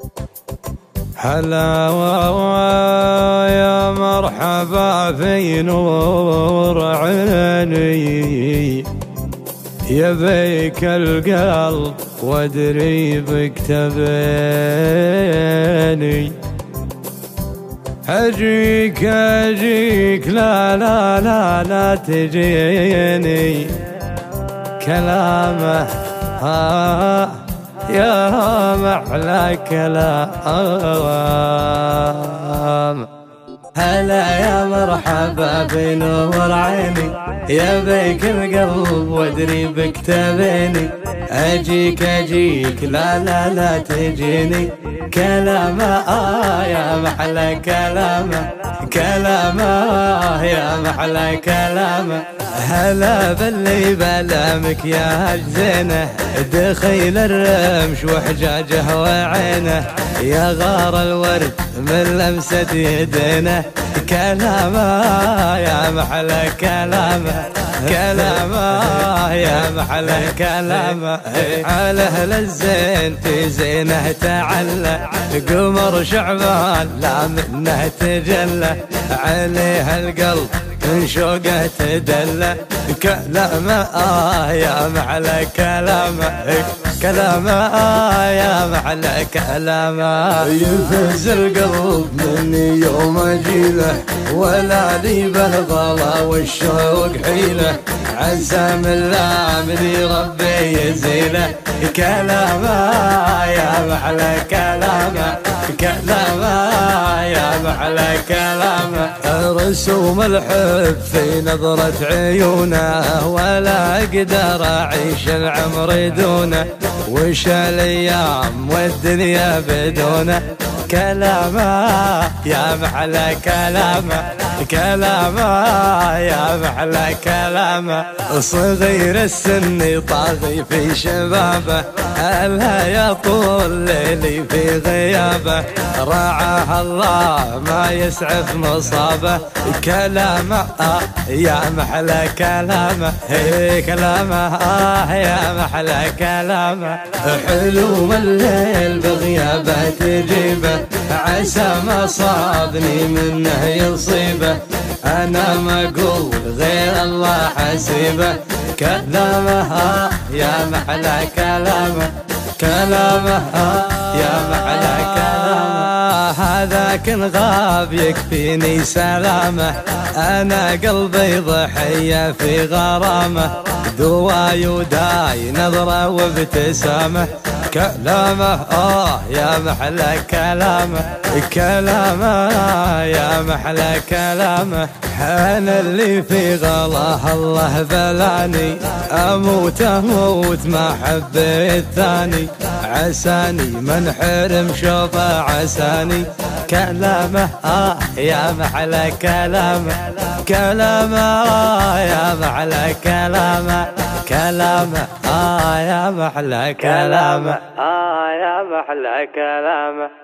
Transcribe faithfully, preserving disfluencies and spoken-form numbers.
هلا يا مرحبا في نور عيني، يبيك القلب وادري بك تبيني. اجيك اجيك لا لا لا لا تجيني، كلامه آه يا محلى كلام. هلا يا مرحبا بنور عيني، يبيك القلب وادري بك تبيني. اجيك اجيك لا لا لا تجيني، كلامه آه يا محلى كلامه، كلامه آه يا محلى كلامه. هلا باللي بلامك يا زينه، دخيل الرمش وحجاجه وعينه، يا غار الورد من لمسة يدينه. كلامه يا محلى كلامه، كلامه يا محلى كلامه. على اهل الزين في زينه تعلى، قمر شعبان لا منه تجلى، عليه القلب من شوقه تدلى. كلامه آه يا محلى كلامه، كلامه آه يا محلى كلامه. يفز القلب مني يوم اجيله، ولا لي بالغلا والشوق حيله، عسى من لا من ربي يزيله. كلامه يا محلى كلامه، كلامه يا محلى كلامه. رسوم الحب في نظرة عيونه، ولا اقدر اعيش العمر دونه، وش الايام والدنيا بدونه. كلامه يا محلى كلامه، كلامه يا محلى كلامه. صغير السن طاغي في شبابه، هلا يا طول ليلي في غيابه، رعاه الله ما يسعف مصابه. كلامه آه يا محلى كلامه، هي كلامه آه يا محلى كلامه. حلو الليل بغيابه تجيبه، عسى ما صابني منه يصيبه، انا ما اقول غير الله حسيبه. كلامه آه يا محلى كلامه، كلامه آه يا محلى كلامه. هذاك غاب يكفيني سلامه، انا قلبي ضحيه في غرامه، دواي وداي نظره وابتسامه. كلامه آه يا محلى كلامه، كلامه يا محلى كلامه. أنا اللي في غلاه الله بلاني، أموت أموت ما حبيت ثاني، عساني من حرم شوفه عساني. كلامه آه يا محلى كلامه، كلامه آه يا محلى كلامه، كلامه آه يا محلى كلامه، آه يا محلى كلامه.